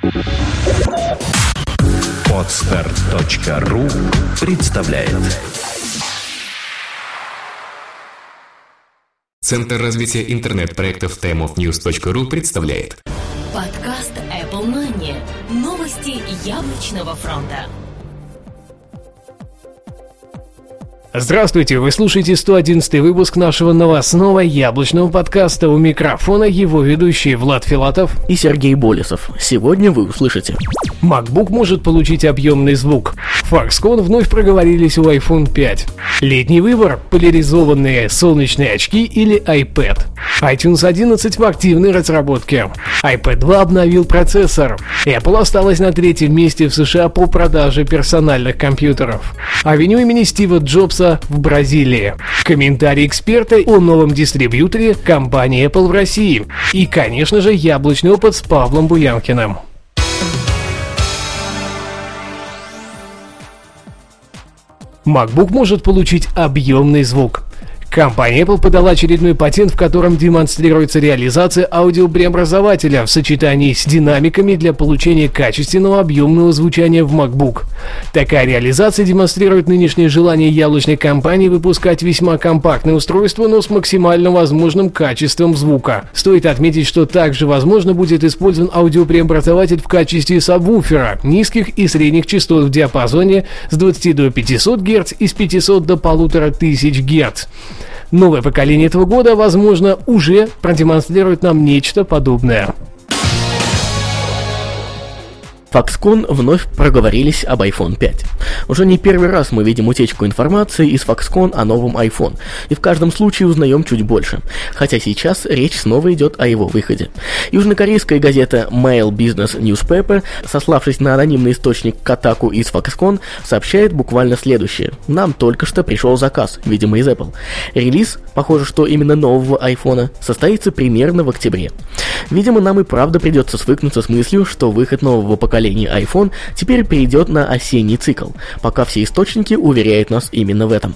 Podstart.ru представляет. Центр развития интернет-проектов timeofnews.ru представляет подкаст Apple Money. Новости яблочного фронта. Здравствуйте, вы слушаете 111-й выпуск нашего новостного яблочного подкаста. У микрофона его ведущие Влад Филатов и Сергей Болесов. Сегодня вы услышите: MacBook может получить объемный звук. Foxconn вновь проговорились у iPhone 5. Летний выбор – поляризованные солнечные очки или iPad. iTunes 11 в активной разработке. iPad 2 обновил процессор. Apple осталась на третьем месте в США по продаже персональных компьютеров. Авеню имени Стива Джобса в Бразилии. Комментарий эксперта о новом дистрибьюторе компании Apple в России. И, конечно же, яблочный опыт с Павлом Буянкиным. MacBook может получить объемный звук. Компания Apple подала очередной патент, в котором демонстрируется реализация аудиопреобразователя в сочетании с динамиками для получения качественного объемного звучания в MacBook. Такая реализация демонстрирует нынешнее желание яблочной компании выпускать весьма компактное устройство, но с максимально возможным качеством звука. Стоит отметить, что также возможно будет использован аудиопреобразователь в качестве сабвуфера низких и средних частот в диапазоне с 20 до 500 Гц и с 500 до 1500 Гц. Новое поколение этого года, возможно, уже продемонстрирует нам нечто подобное. Foxconn вновь проговорились об iPhone 5. Уже не первый раз мы видим утечку информации из Foxconn о новом iPhone, и в каждом случае узнаем чуть больше, хотя сейчас речь снова идет о его выходе. Южнокорейская газета Mail Business Newspaper, сославшись на анонимный источник Kotaku из Foxconn, сообщает буквально следующее: нам только что пришел заказ, видимо из Apple. Релиз, похоже, что именно нового iPhone, состоится примерно в октябре. Видимо, нам и правда придется свыкнуться с мыслью, что выход нового поколения iPhone теперь перейдет на осенний цикл, пока все источники уверяют нас именно в этом.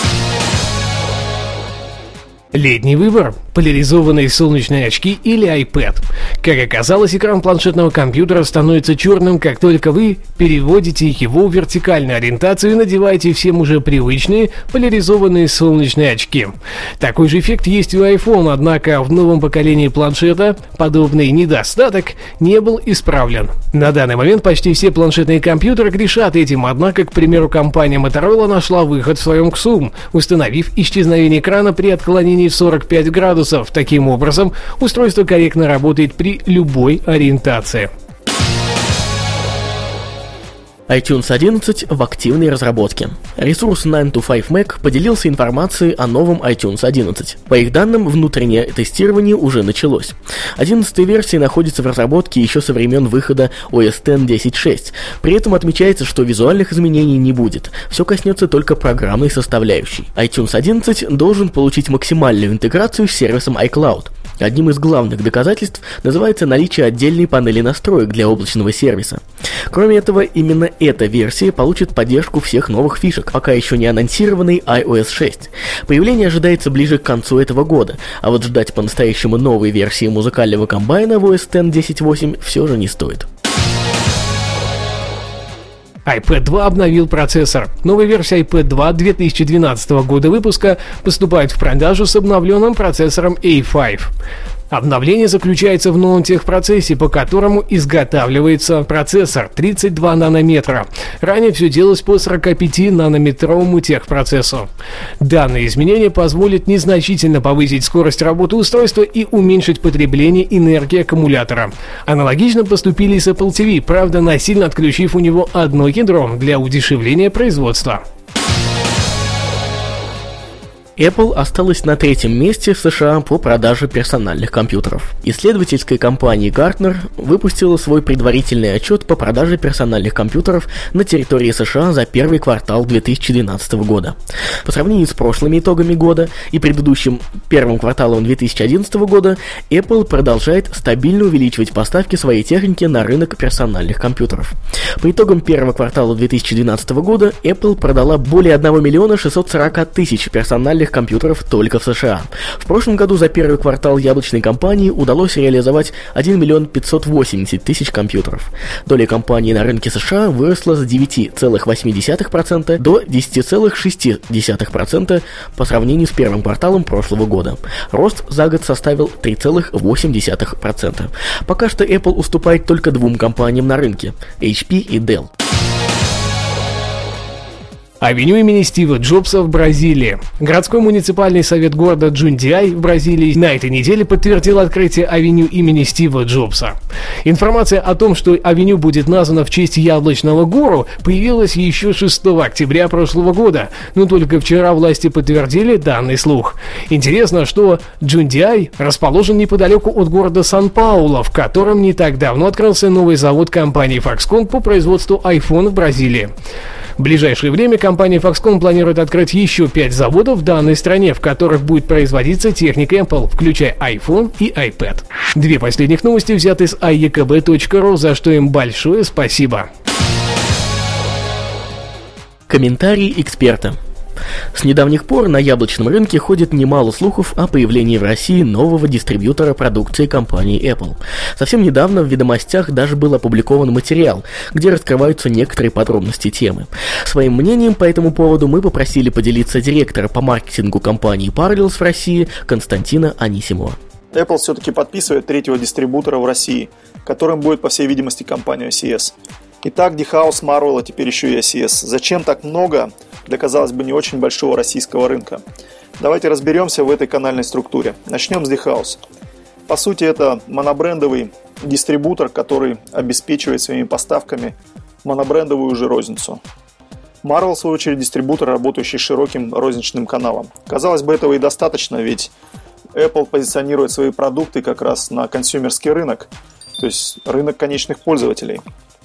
Летний выбор – поляризованные солнечные очки или iPad. Как оказалось, экран планшетного компьютера становится черным, как только вы переводите его в вертикальную ориентацию и надеваете всем уже привычные поляризованные солнечные очки. Такой же эффект есть и у iPhone, однако в новом поколении планшета подобный недостаток не был исправлен. На данный момент почти все планшетные компьютеры грешат этим, однако, к примеру, компания Motorola нашла выход в своем XUM, установив исчезновение экрана при отклонении в 45 градусов. Таким образом, устройство корректно работает при любой ориентации. iTunes 11 в активной разработке. Ресурс 9to5Mac поделился информацией о новом iTunes 11. По их данным, внутреннее тестирование уже началось. 11-я версия находится в разработке еще со времен выхода OS X 10.6. При этом отмечается, что визуальных изменений не будет. Все коснется только программной составляющей. iTunes 11 должен получить максимальную интеграцию с сервисом iCloud. Одним из главных доказательств называется наличие отдельной панели настроек для облачного сервиса. Кроме этого, именно эта версия получит поддержку всех новых фишек, пока еще не анонсированной iOS 6. Появление ожидается ближе к концу этого года, а вот ждать по-настоящему новой версии музыкального комбайна в OS X 10.8 все же не стоит. iPad 2 обновил процессор. Новая версия iPad 2 2012 года выпуска поступает в продажу с обновленным процессором A5. Обновление заключается в новом техпроцессе, по которому изготавливается процессор 32 нанометра. Ранее все делалось по 45-нанометровому техпроцессу. Данные изменения позволят незначительно повысить скорость работы устройства и уменьшить потребление энергии аккумулятора. Аналогично поступили и с Apple TV, правда, насильно отключив у него одно ядро для удешевления производства. Apple осталась на третьем месте в США по продаже персональных компьютеров. Исследовательская компания Gartner выпустила свой предварительный отчет по продаже персональных компьютеров на территории США за первый квартал 2012 года. По сравнению с прошлыми итогами года и предыдущим первым кварталом 2011 года, Apple продолжает стабильно увеличивать поставки своей техники на рынок персональных компьютеров. По итогам первого квартала 2012 года Apple продала более 1 640 000 персональных своих компьютеров только в США. В прошлом году за первый квартал яблочной компании удалось реализовать 1 580 000 компьютеров. Доля компании на рынке США выросла с 9,8% до 10,6% по сравнению с первым кварталом прошлого года. Рост за год составил 3,8%. Пока что Apple уступает только двум компаниям на рынке – HP и Dell. Авеню имени Стива Джобса в Бразилии. Городской муниципальный совет города Джундиай в Бразилии на этой неделе подтвердил открытие авеню имени Стива Джобса. Информация о том, что авеню будет названа в честь яблочного гуру, появилась еще 6 октября прошлого года, но только вчера власти подтвердили данный слух. Интересно, что Джундиай расположен неподалеку от города Сан-Паулу, в котором не так давно открылся новый завод компании Foxconn по производству iPhone в Бразилии. В ближайшее время компания Foxconn планирует открыть еще 5 заводов в данной стране, в которых будет производиться техника Apple, включая iPhone и iPad. Две последних новости взяты с iekb.ru, за что им большое спасибо. Комментарий эксперта. С недавних пор на яблочном рынке ходит немало слухов о появлении в России нового дистрибьютора продукции компании Apple. Совсем недавно в «Ведомостях» даже был опубликован материал, где раскрываются некоторые подробности темы. Своим мнением по этому поводу мы попросили поделиться директора по маркетингу компании Parallels в России Константина Анисимова. Apple все-таки подписывает третьего дистрибьютора в России, которым будет, по всей видимости, компания OCS. Итак, D-House, Marvell, а теперь еще и OCS. Зачем так много для, казалось бы, не очень большого российского рынка? Давайте разберемся в этой канальной структуре. Начнем с D-House. По сути, это монобрендовый дистрибьютор, который обеспечивает своими поставками монобрендовую же розницу. Marvell, в свою очередь, дистрибьютор, работающий с широким розничным каналом. Казалось бы, этого и достаточно, ведь Apple позиционирует свои продукты как раз на консюмерский рынок, то есть рынок конечных пользователей.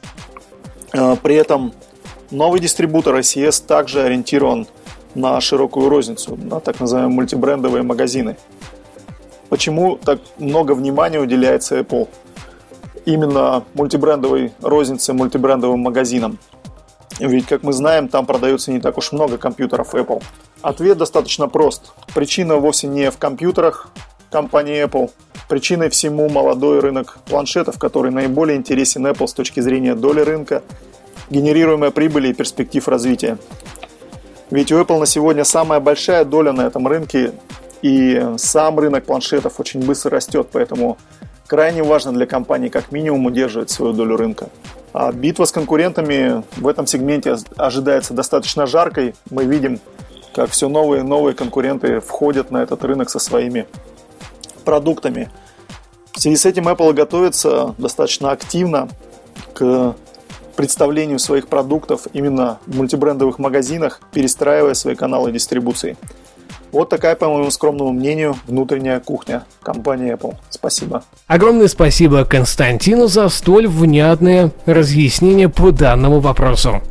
При этом новый дистрибьютор OCS также ориентирован на широкую розницу, на так называемые мультибрендовые магазины. Почему так много внимания уделяется Apple именно мультибрендовой рознице, мультибрендовым магазинам? Ведь, как мы знаем, там продается не так уж много компьютеров Apple. Ответ достаточно прост. Причина вовсе не в компьютерах компании Apple. Причиной всему молодой рынок планшетов, который наиболее интересен Apple с точки зрения доли рынка, генерируемой прибыли и перспектив развития. Ведь у Apple на сегодня самая большая доля на этом рынке, и сам рынок планшетов очень быстро растет, поэтому крайне важно для компании как минимум удерживать свою долю рынка. А битва с конкурентами в этом сегменте ожидается достаточно жаркой. Мы видим, как все новые и новые конкуренты входят на этот рынок со своими продуктами. В связи с этим Apple готовится достаточно активно к представлению своих продуктов именно в мультибрендовых магазинах, перестраивая свои каналы дистрибуции. Вот такая, по моему скромному мнению, внутренняя кухня компании Apple. Спасибо. Огромное спасибо Константину за столь внятное разъяснение по данному вопросу.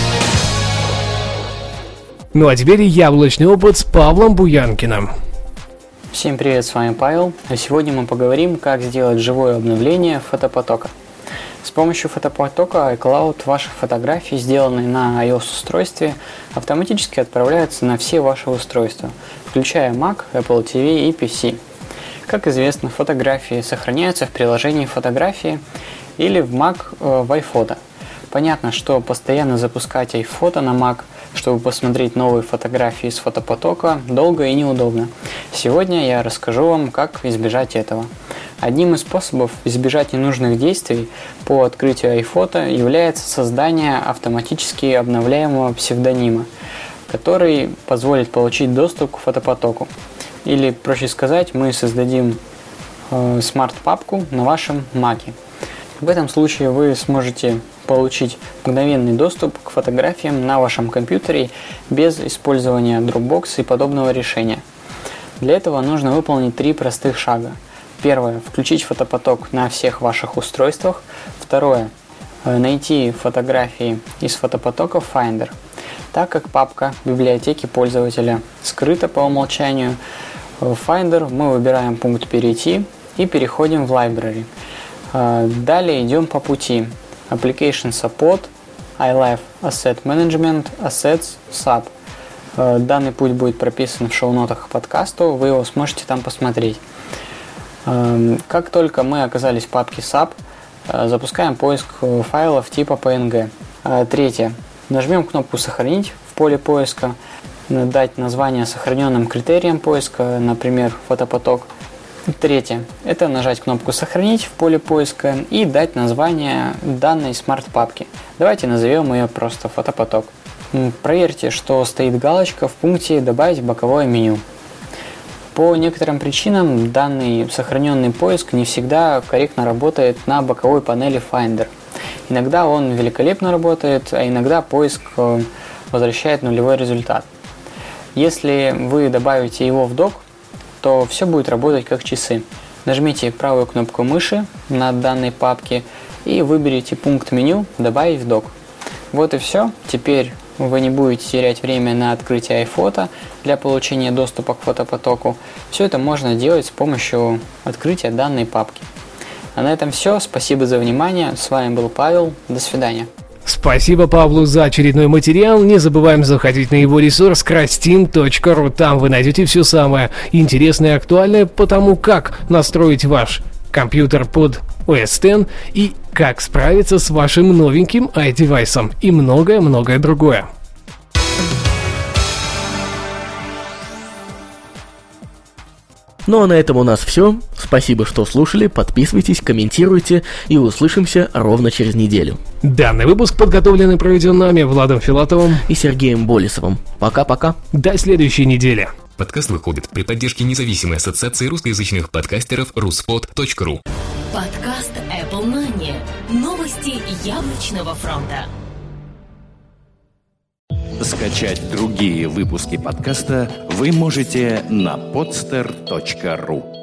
Ну а теперь яблочный опыт с Павлом Буянкиным. Всем привет, с вами Павел, а сегодня мы поговорим, как сделать живое обновление фотопотока. С помощью фотопотока iCloud ваши фотографии, сделанные на iOS-устройстве, автоматически отправляются на все ваши устройства, включая Mac, Apple TV и PC. Как известно, фотографии сохраняются в приложении «Фотографии» или в Mac в iPhoto. Понятно, что постоянно запускать iPhoto на Mac, чтобы посмотреть новые фотографии с фотопотока, долго и неудобно. Сегодня я расскажу вам, как избежать этого. Одним из способов избежать ненужных действий по открытию iPhoto является создание автоматически обновляемого псевдонима, который позволит получить доступ к фотопотоку. Или, проще сказать, мы создадим смарт-папку на вашем Mac. В этом случае вы сможете получить мгновенный доступ к фотографиям на вашем компьютере без использования Dropbox и подобного решения. Для этого нужно выполнить 3 простых шага. Первое. Включить фотопоток на всех ваших устройствах. Второе. Найти фотографии из фотопотока в Finder. Так как папка библиотеки пользователя скрыта по умолчанию, в Finder мы выбираем пункт «Перейти» и переходим в Library. Далее идем по пути Application Support, iLife Asset Management, Assets, Sub. Данный путь будет прописан в шоу-нотах к подкасту, вы его сможете там посмотреть. Как только мы оказались в папке SAP, запускаем поиск файлов типа PNG. Третье. Нажмем кнопку «Сохранить» в поле поиска, дать название сохраненным критериям поиска, например, фотопоток. Третье. Это нажать кнопку «Сохранить» в поле поиска и дать название данной смарт-папки. Давайте назовем ее просто «Фотопоток». Проверьте, что стоит галочка в пункте «Добавить в боковое меню». По некоторым причинам данный сохраненный поиск не всегда корректно работает на боковой панели Finder. Иногда он великолепно работает, а иногда поиск возвращает нулевой результат. Если вы добавите его в док, то все будет работать как часы. Нажмите правую кнопку мыши на данной папке и выберите пункт меню «Добавить в док». Вот и все. Теперь вы не будете терять время на открытие iPhoto для получения доступа к фотопотоку. Все это можно делать с помощью открытия данной папки. А на этом все. Спасибо за внимание. С вами был Павел. До свидания. Спасибо Павлу за очередной материал. Не забываем заходить на его ресурс krastin.ru. Там вы найдете все самое интересное и актуальное по тому, как настроить ваш компьютер под OS X и как справиться с вашим новеньким iDevice и многое-многое другое. Ну а на этом у нас все. Спасибо, что слушали, подписывайтесь, комментируйте и услышимся ровно через неделю. Данный выпуск подготовлен и проведен нами, Владом Филатовым и Сергеем Болесовым. Пока-пока. До следующей недели. Подкаст выходит при поддержке независимой ассоциации русскоязычных подкастеров ruspod.ru. Подкаст Apple Money. Новости яблочного фронта. Скачать другие выпуски подкаста вы можете на podster.ru.